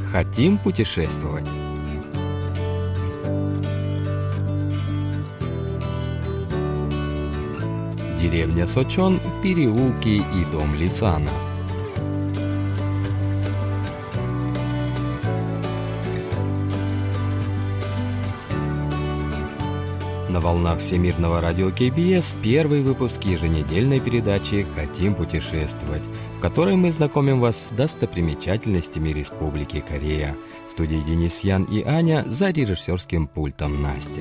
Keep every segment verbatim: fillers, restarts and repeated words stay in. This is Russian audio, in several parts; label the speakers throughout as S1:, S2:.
S1: Хотим путешествовать. Деревня Сочон, переулки и дом Лисана. На волнах Всемирного радио кей би эс первый выпуск еженедельной передачи «Хотим путешествовать», в которой мы знакомим вас с достопримечательностями Республики Корея. В студии Денис Ян и Аня, за режиссерским пультом Настя.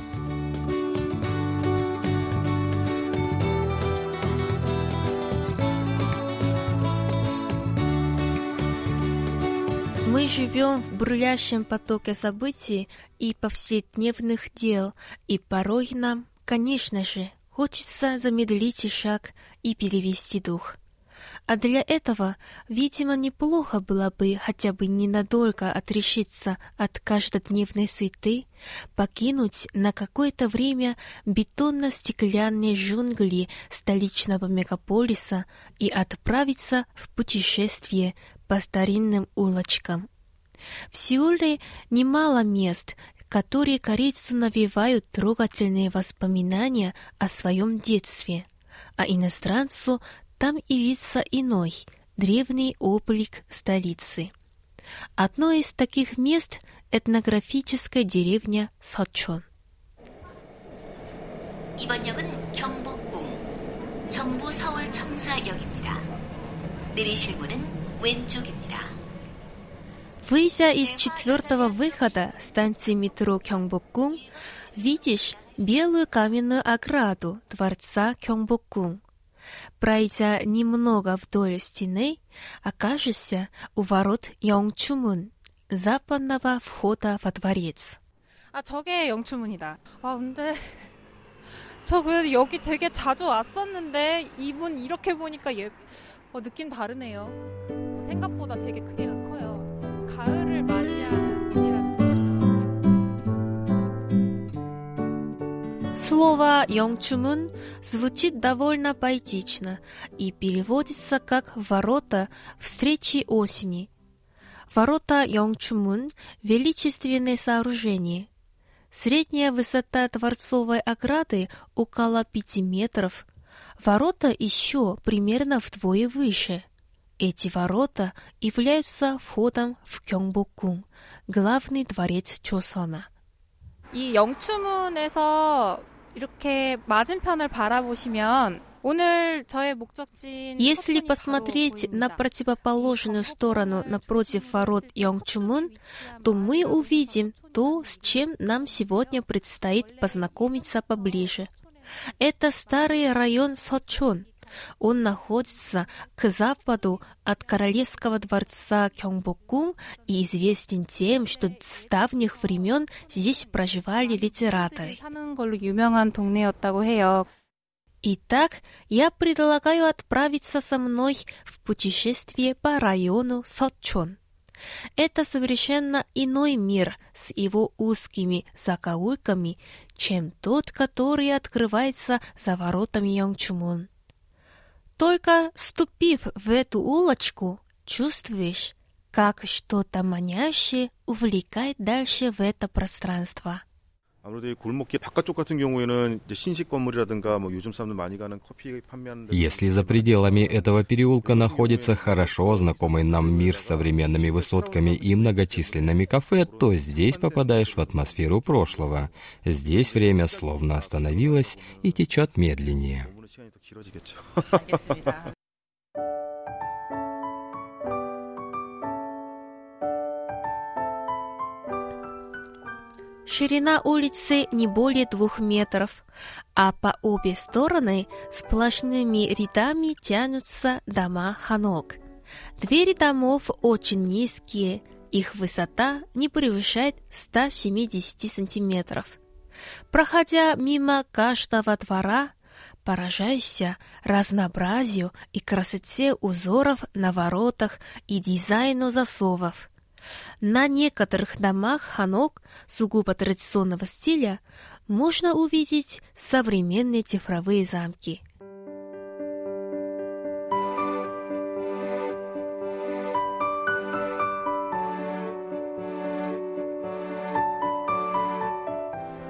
S2: Мы живем в бурлящем потоке событий и повседневных дел, и порой нам, конечно же, хочется замедлить шаг и перевести дух. А для этого, видимо, неплохо было бы хотя бы ненадолго отрешиться от каждодневной суеты, покинуть на какое-то время бетонно-стеклянные джунгли столичного мегаполиса и отправиться в путешествие по старинным улочкам. В Сеуле немало мест, которые корейцу навевают трогательные воспоминания о своем детстве, а иностранцу там явится иной, древний облик столицы. Одно из таких мест – этнографическая деревня Сочон.
S3: 이번 역은 경복궁, 정부 서울 첨사역입니다. 내리실 문은 왼쪽입니다.
S2: Выйдя из четвертого выхода станции метро Кёнgbokgung, видишь белую каменную ограду дворца Кёнgbokgung. Пройдя немного вдоль стены, окажешься у ворот 영추문, западного входа во дворец.
S4: 아, 저게 영추문이다. 아, 근데 저 그 여기 되게 자주 왔었는데 이분 이렇게 보니까 예, 어, 느낌 다르네요. 어, 생각보다 되게 크기가 커요. 가을을 맞이하는 문이라는 거죠.
S2: Слово «영추문» звучит довольно поэтично и переводится как «ворота встречи осени». Ворота 영추문 – величественное сооружение. Средняя высота дворцовой ограды около пяти метров. Ворота еще примерно вдвое выше. Эти ворота являются входом в Кёнgbokgung, главный дворец Чосона.
S4: 이 영추문에서 이렇게 맞은편을 바라보시면 오늘 저의 목적지인
S2: Если посмотреть на противоположную сторону напротив ворот 영추문, то мы увидим то, с чем нам сегодня предстоит познакомиться поближе. Это старый район Сочон. Он находится к западу от королевского дворца Кёнgbokgung и известен тем, что с давних времен здесь проживали литераторы. Итак, я предлагаю отправиться со мной в путешествие по району Сочон. Это совершенно иной мир с его узкими закоулками, чем тот, который открывается за воротами 영추문. Только ступив в эту улочку, чувствуешь, как что-то манящее увлекает дальше в это пространство.
S5: 아무래도 이 골목길 바깥쪽 같은 경우에는 이제 신식 건물이라든가 뭐 요즘 사람들 많이 가는 커피 판매하는
S1: Если за пределами этого переулка находится хорошо знакомый нам мир с современными высотками и многочисленными кафе, то здесь попадаешь в атмосферу прошлого. Здесь время словно остановилось и течет медленнее.
S2: Ширина улицы не более двух метров, а по обе стороны сплошными рядами тянутся дома ханок. Двери домов очень низкие, их высота не превышает ста семидесяти сантиметров. Проходя мимо каждого двора, поражайся разнообразию и красоте узоров на воротах и дизайну засовов. На некоторых домах ханок сугубо традиционного стиля можно увидеть современные цифровые замки.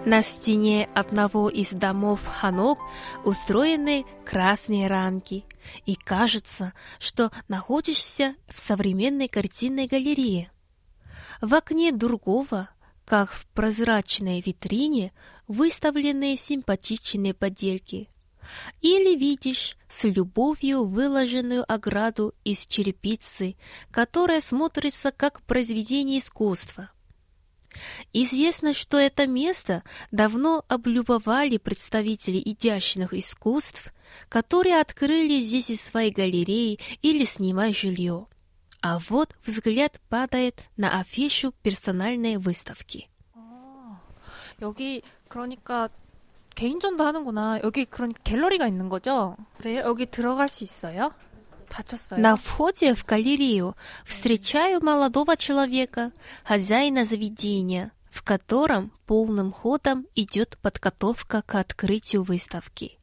S2: На стене одного из домов Ханок устроены красные рамки, и кажется, что находишься в современной картинной галерее. В окне другого, как в прозрачной витрине, выставлены симпатичные подельки. Или видишь с любовью выложенную ограду из черепицы, которая смотрится как произведение искусства. Известно, что это место давно облюбовали представители изящных искусств, которые открыли здесь свои галереи или снимают жилье. А вот взгляд падает на афишу персональной выставки.
S4: 아, 여기 그러니까 개인전도 하는구나. 여기 그러니까 갤러리가 있는 거죠? 그래, 여기 들어갈 수 있어요? 닫혔어요?
S2: На входе в галерею встречаю молодого человека, хозяина заведения, в котором полным ходом идет подготовка к открытию выставки.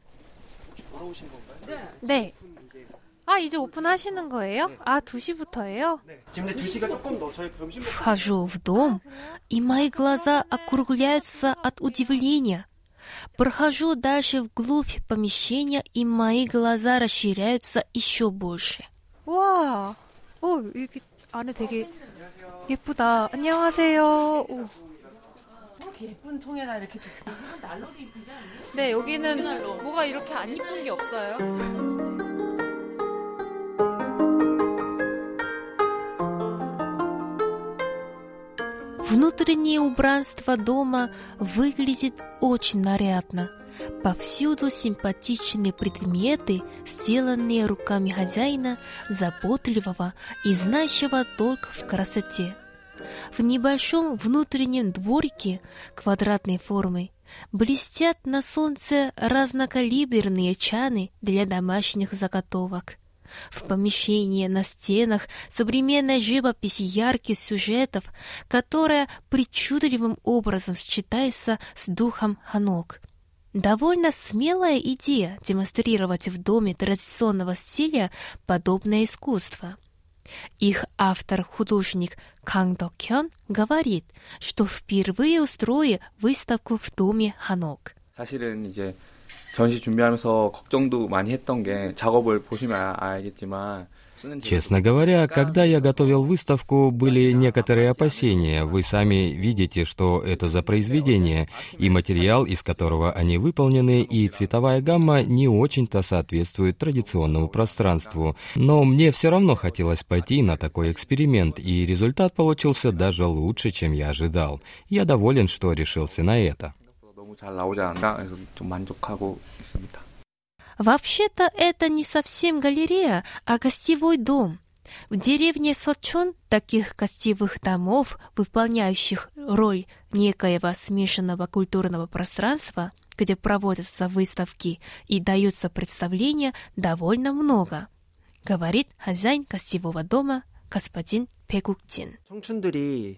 S4: 네. 아, 이제 오픈하시는 거예요? 아, 두 시부터예요?
S2: Вхожу в дом, и мои глаза округляются от удивления. Прохожу дальше вглубь помещения, и мои глаза расширяются еще больше.
S4: 우와, 오, 여기 안에 되게 예쁘다. 안녕하세요. 오.
S6: 예쁜 통에다 이렇게 집은 난로도 이쁘지 않니?
S4: 네, 여기는 뭐가 이렇게 안 이쁜 게 없어요.
S2: Внутреннее убранство дома выглядит очень нарядно. Повсюду симпатичные предметы, сделанные руками хозяина, заботливого и знающего толк в красоте. В небольшом внутреннем дворике квадратной формы блестят на солнце разнокалиберные чаны для домашних заготовок. В помещении на стенах современной живописи ярких сюжетов, которая причудливым образом сочетается с духом Ханок. Довольно смелая идея демонстрировать в доме традиционного стиля подобное искусство. Их автор-художник Кang Dok-hyun говорит, что впервые устроил выставку в доме Ханок.
S7: 사실은 이제 전시 준비하면서 걱정도 많이 했던 게 작업을 보시면 알겠지만
S1: Честно говоря, когда я готовил выставку, были некоторые опасения. Вы сами видите, что это за произведение, и материал, из которого они выполнены, и цветовая гамма не очень-то соответствует традиционному пространству. Но мне все равно хотелось пойти на такой эксперимент, и результат получился даже лучше, чем я ожидал. Я доволен, что решился на это.
S7: 너무 잘 나오지 않나 해서 좀 만족하고 있습니다.
S2: Вообще-то это не совсем галерея, а гостевой дом. В деревне Сочон таких гостевых домов, выполняющих роль некоего смешанного культурного пространства, где проводятся выставки и даются представления, довольно много, говорит хозяин гостевого дома господин 백욱진.
S8: 청춘들이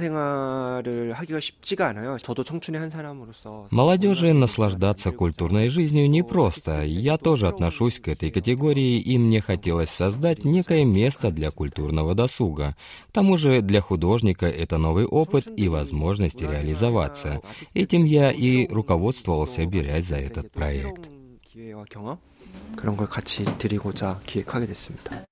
S8: 문화생활을 하기가 쉽지가 않아요. 저도 청춘의 한 사람으로서.
S1: Молодежи наслаждаться культурной жизнью непросто. Я тоже отношусь к этой категории, и мне хотелось создать некое место для культурного досуга. К тому же для художника это новый опыт и возможность реализоваться. Этим я и руководствовался, берясь за этот проект.
S8: 기회와 경험 그런 걸 같이 드리고자 기획하게 됐습니다.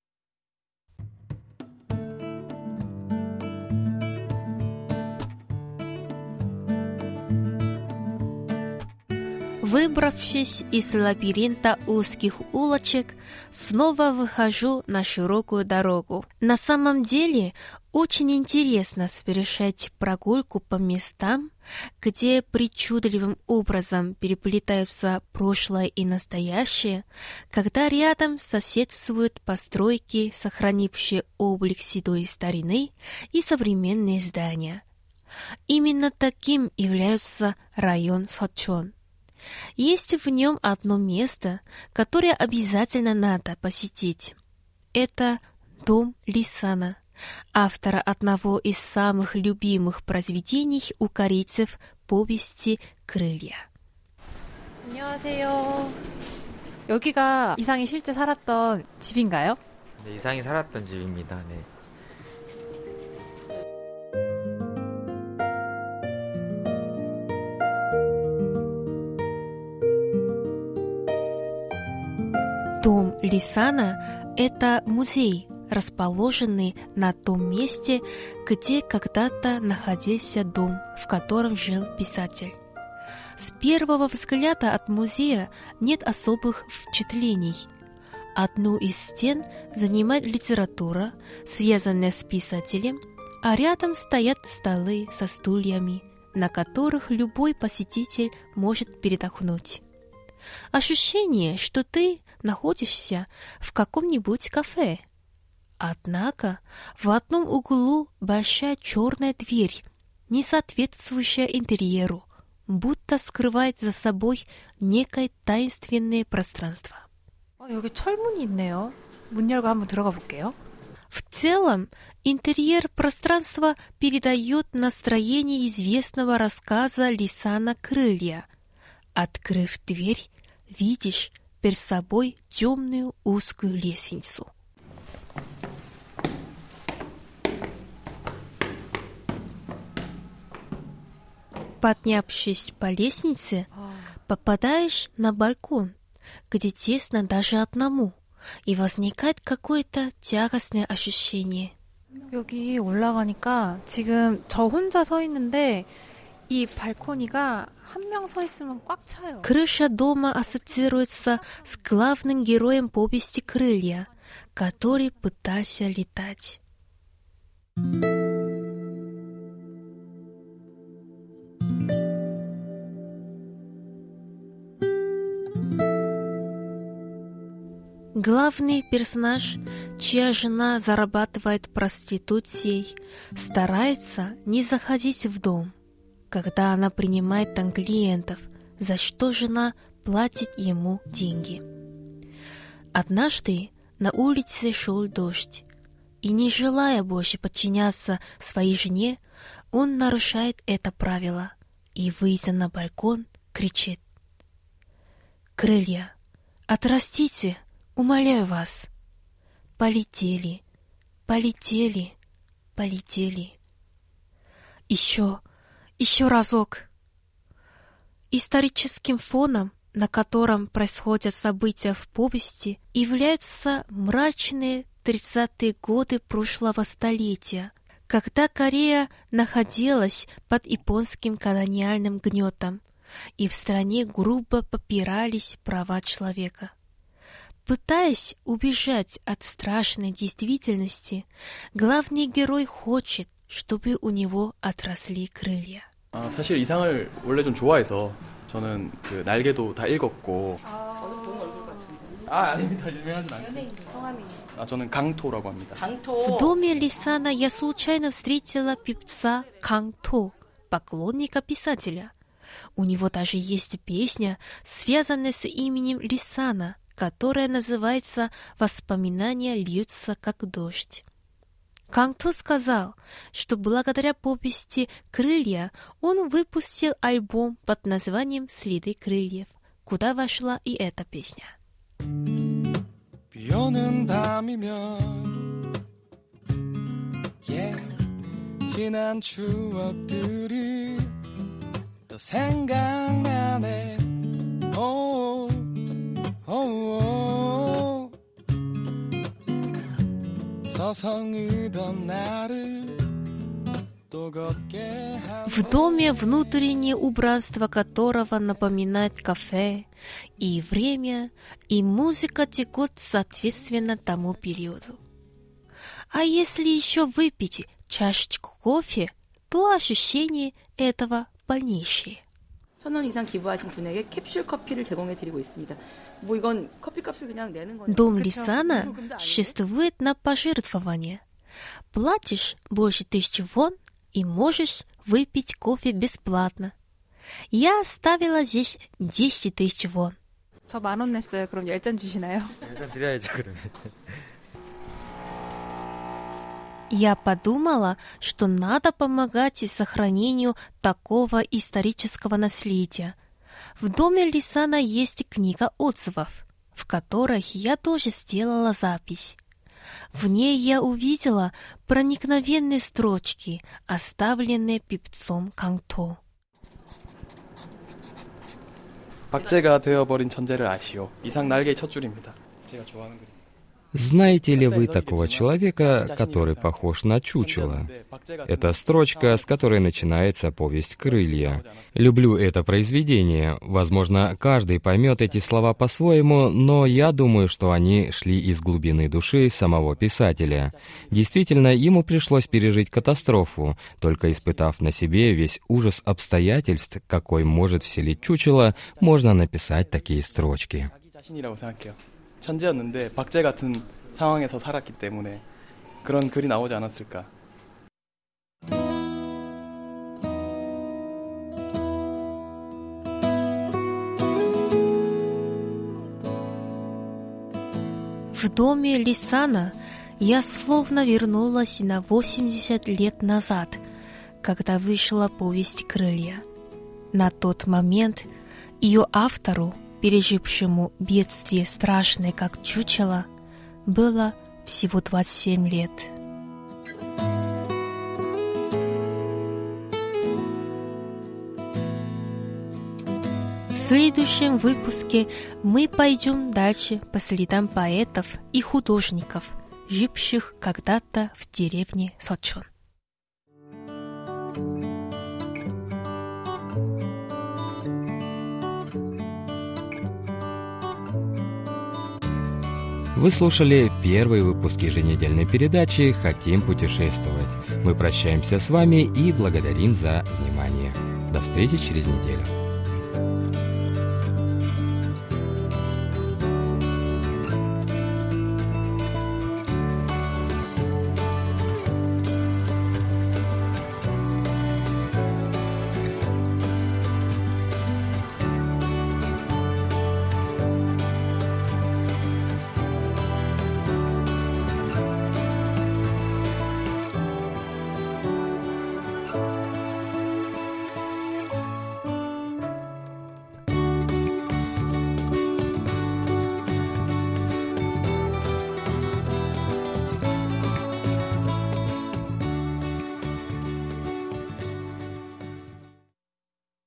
S2: Выбравшись из лабиринта узких улочек, снова выхожу на широкую дорогу. На самом деле, очень интересно совершать прогулку по местам, где причудливым образом переплетаются прошлое и настоящее, когда рядом соседствуют постройки, сохранившие облик седой старины, и современные здания. Именно таким является район Сочон. Есть в нем одно место, которое обязательно надо посетить. Это дом Лисана, автора одного из самых любимых произведений у корейцев повести «Крылья».
S4: 안녕하세요. 여기가 이상이 실제 살았던 집인가요?
S9: 네, 이상이 살았던 집입니다. 네.
S2: Лисана – это музей, расположенный на том месте, где когда-то находился дом, в котором жил писатель. С первого взгляда от музея нет особых впечатлений. Одну из стен занимает литература, связанная с писателем, а рядом стоят столы со стульями, на которых любой посетитель может передохнуть. Ощущение, что ты находишься в каком-нибудь кафе. Однако в одном углу большая черная дверь, не соответствующая интерьеру, будто скрывает за собой некое таинственное пространство.
S4: 어, 여기 철문이 있네요. 문 열고 한번 들어가 볼게요.
S2: В целом, интерьер пространства передает настроение известного рассказа Лисана «Крылья». Открыв дверь, видишь перед собой темную узкую лестницу. Поднявшись по лестнице, попадаешь на балкон, где тесно даже одному, и возникает какое-то тягостное ощущение.
S4: 여기 올라가니까 지금 저 혼자 서 있는데 이 발코니가 한 명 서 있으면 꽉 차요.
S2: Крыша дома ассоциируется с главным героем повести «Крылья», который пытался летать. Главный персонаж, чья жена зарабатывает проституцией, старается не заходить в дом, когда она принимает там клиентов, за что жена платит ему деньги. Однажды на улице шел дождь, и не желая больше подчиняться своей жене, он нарушает это правило и, выйдя на балкон, кричит: «Крылья, отрастите! Умоляю вас, полетели, полетели, полетели. Еще, еще разок». Историческим фоном, на котором происходят события в повести, являются мрачные тридцатые годы прошлого столетия, когда Корея находилась под японским колониальным гнетом, и в стране грубо попирались права человека. Пытаясь убежать от страшной действительности, главный герой хочет, чтобы у него отросли крылья.
S10: 아, 사실 이상을 원래 좀 좋아해서 저는 그 날개도 다 읽었고.
S6: 아, 본 얼굴 같은데.
S10: 아, 아닙니다. 유명하진 않아요.
S6: 연예인 성함이.
S10: 아, 저는 강토라고 합니다.
S6: 강토.
S2: В доме Лисана я случайно встретила певца Канто, поклонника писателя. У него даже есть песня, связанная с именем Лисана, которая называется «Воспоминания льются как дождь». Канто сказал, что благодаря повести «Крылья» он выпустил альбом под названием «Следы крыльев», куда вошла и эта песня.
S11: 비 오는 밤이면 yeah, 지난 추억들이 또 생각나네. oh. В доме, внутреннее убранство которого напоминает кафе, и время, и музыка текут соответственно тому периоду. А если еще выпить чашечку кофе, то ощущение этого полнейшее.
S6: 천 원 이상 기부하신 분에게 캡슐 커피를 제공해 드리고 있습니다. 뭐 이건 커피값을 그냥 내는 거니까.
S2: Дом Лисана существует на пожертвование. Платишь больше тысячи вон и можешь выпить кофе бесплатно. Я оставила здесь десять тысяч вон.
S4: 저 만 원 냈어요. 그럼 열 잔 주시나요?
S9: 열 잔 드려야죠, 그러면.
S2: Я подумала, что надо помогать сохранению такого исторического наследия. В доме Лисана есть книга отзывов, в которой я тоже сделала запись. В ней я увидела проникновенные строчки, оставленные певцом Канто.
S10: 박제가 되어버린 천재를 아시오. 이상 날개의 첫 줄입니다.
S1: Знаете ли вы такого человека, который похож на чучело? Это строчка, с которой начинается повесть «Крылья». Люблю это произведение. Возможно, каждый поймет эти слова по-своему, но я думаю, что они шли из глубины души самого писателя. Действительно, ему пришлось пережить катастрофу. Только испытав на себе весь ужас обстоятельств, какой может вселить чучело, можно написать такие строчки.
S10: 천재였는데 박제 같은 상황에서 살았기 때문에 그런 글이 나오지 않았을까.
S11: В доме Лисана я словно вернулась на восемьдесят лет назад, когда вышла повесть «Крылья». На тот момент ее автору, пережившему бедствие страшное, как чучело, было всего двадцать семь лет. В следующем выпуске мы пойдем дальше по следам поэтов и художников, живших когда-то в деревне Сочон.
S1: Вы слушали первый выпуск еженедельной передачи «Хотим путешествовать». Мы прощаемся с вами и благодарим за внимание. До встречи через неделю.